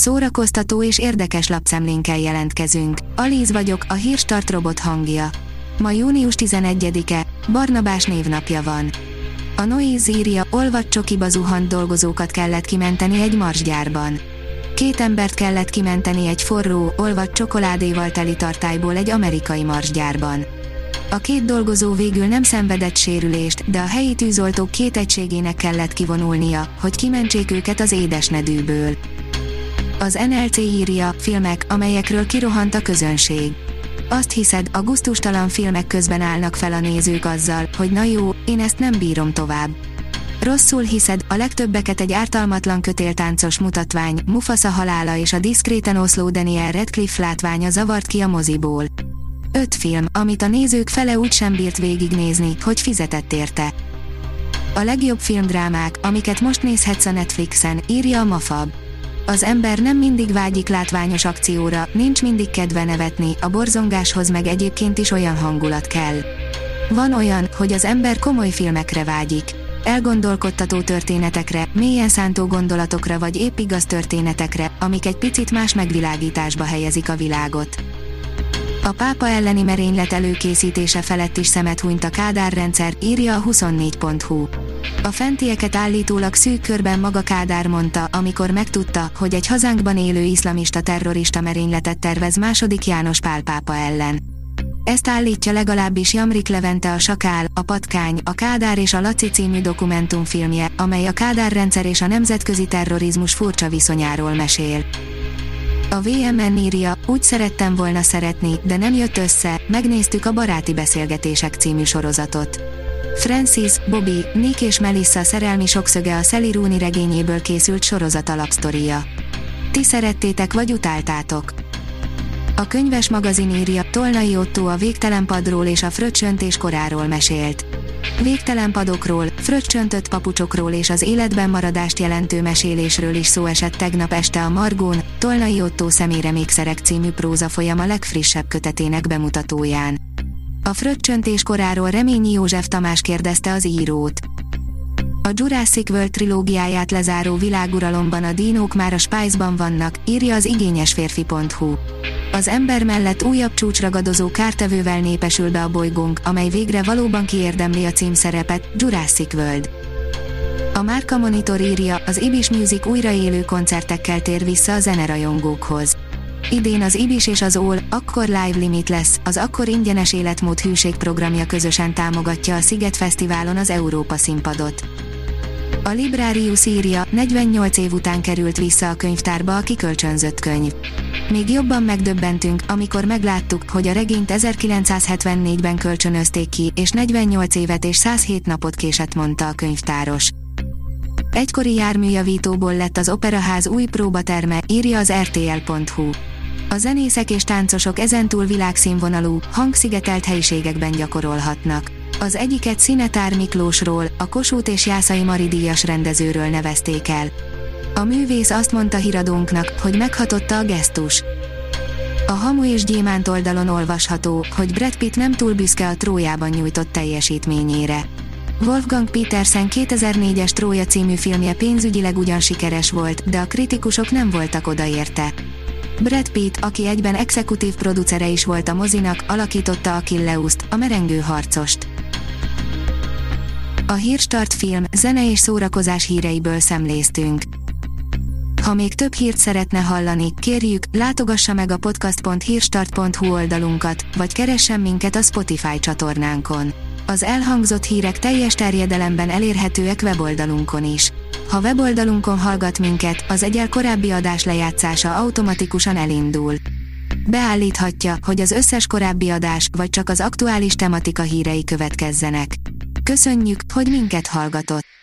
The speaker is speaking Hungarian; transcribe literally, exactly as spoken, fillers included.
szórakoztató és érdekes lapszemlénkkel jelentkezünk. Alíz vagyok, a Hírstart robot hangja. Ma június tizenegyedike, Barnabás névnapja van. A Noise írja, olvadt csokiba zuhant dolgozókat kellett kimenteni egy marsgyárban. Két embert kellett kimenteni egy forró, olvadt csokoládéval teli tartályból egy amerikai marsgyárban. A két dolgozó végül nem szenvedett sérülést, de a helyi tűzoltók két egységének kellett kivonulnia, hogy kimentsék őket az édesnedűből. Az en el cé írja, filmek, amelyekről kirohant a közönség. Azt hiszed, a gusztustalan filmek közben állnak fel a nézők azzal, hogy na jó, én ezt nem bírom tovább. Rosszul hiszed, a legtöbbeket egy ártalmatlan kötéltáncos mutatvány, Mufasa halála és a diszkréten oszló Daniel Radcliffe látványa zavart ki a moziból. Öt film, amit a nézők fele úgy sem bírt végignézni, hogy fizetett érte. A legjobb filmdrámák, amiket most nézhetsz a Netflixen, írja a Mafab. Az ember nem mindig vágyik látványos akcióra, nincs mindig kedve nevetni, a borzongáshoz meg egyébként is olyan hangulat kell. Van olyan, hogy az ember komoly filmekre vágyik. Elgondolkodtató történetekre, mélyen szántó gondolatokra vagy épp igaz történetekre, amik egy picit más megvilágításba helyezik a világot. A pápa elleni merénylet előkészítése felett is szemet hunyt a Kádár rendszer, írja a huszonnégy pont hu. A fentieket állítólag szűk körben maga Kádár mondta, amikor megtudta, hogy egy hazánkban élő iszlamista terrorista merényletet tervez második János Pál pápa ellen. Ezt állítja legalábbis Jamrik Levente a Sakál, a Patkány, a Kádár és a Laci című dokumentumfilmje, amely a Kádár rendszer és a nemzetközi terrorizmus furcsa viszonyáról mesél. A vé em en írja, úgy szerettem volna szeretni, de nem jött össze, megnéztük a Baráti beszélgetések című sorozatot. Francis, Bobby, Nick és Melissa szerelmi sokszöge a Sally Rooney regényéből készült sorozat alapsztoria. Ti szerettétek vagy utáltátok? A Könyves magazin írja, Tolnai Ottó a végtelen padról és a fröccsöntés koráról mesélt. Végtelen padokról, fröccsöntött papucsokról és az életben maradást jelentő mesélésről is szó esett tegnap este a Margón, Tolnai Ottó Szeméremékszerek című prózafolyam a legfrissebb kötetének bemutatóján. A fröccsöntés koráról Reményi József Tamás kérdezte az írót. A Jurassic World trilógiáját lezáró világuralomban a dinók már a Spice-ban vannak, írja az igényesférfi pont hu. Az ember mellett újabb csúcsragadozó kártevővel népesül be a bolygónk, amely végre valóban kiérdemli a címszerepet, Jurassic World. A Márka Monitor írja, az Ibis Music újraélő koncertekkel tér vissza a zenerajongókhoz. Idén az Ibis és az All, Akkor Live Limit lesz, az Akkor ingyenes életmód hűség programja közösen támogatja a Sziget Fesztiválon az Európa színpadot. A Librarius írja, negyvennyolc év után került vissza a könyvtárba a kikölcsönzött könyv. Még jobban megdöbbentünk, amikor megláttuk, hogy a regényt ezerkilencszázhetvennégyben kölcsönözték ki, és negyvennyolc évet és száz hét napot késett, mondta a könyvtáros. Egykori járműjavítóból lett az Operaház új próbaterme, írja az er té el pont hu. A zenészek és táncosok ezentúl világszínvonalú, hangszigetelt helyiségekben gyakorolhatnak. Az egyiket Szinetár Miklósról, a Kossuth és Jászai Mari díjas rendezőről nevezték el. A művész azt mondta híradónknak, hogy meghatotta a gesztus. A Hamu és Gyémánt oldalon olvasható, hogy Brad Pitt nem túl büszke a Trójában nyújtott teljesítményére. Wolfgang Petersen kétezer-négyes Trója című filmje pénzügyileg ugyan sikeres volt, de a kritikusok nem voltak oda érte. Brad Pitt, aki egyben exekutív producere is volt a mozinak, alakította Achilleuszt, a merengő harcost. A Hírstart film, zene és szórakozás híreiből szemléztünk. Ha még több hírt szeretne hallani, kérjük, látogassa meg a podcast pont hírstart pont hu oldalunkat, vagy keressen minket a Spotify csatornánkon. Az elhangzott hírek teljes terjedelemben elérhetőek weboldalunkon is. Ha weboldalunkon hallgat minket, az egyel korábbi adás lejátszása automatikusan elindul. Beállíthatja, hogy az összes korábbi adás, vagy csak az aktuális tematika hírei következzenek. Köszönjük, hogy minket hallgatott!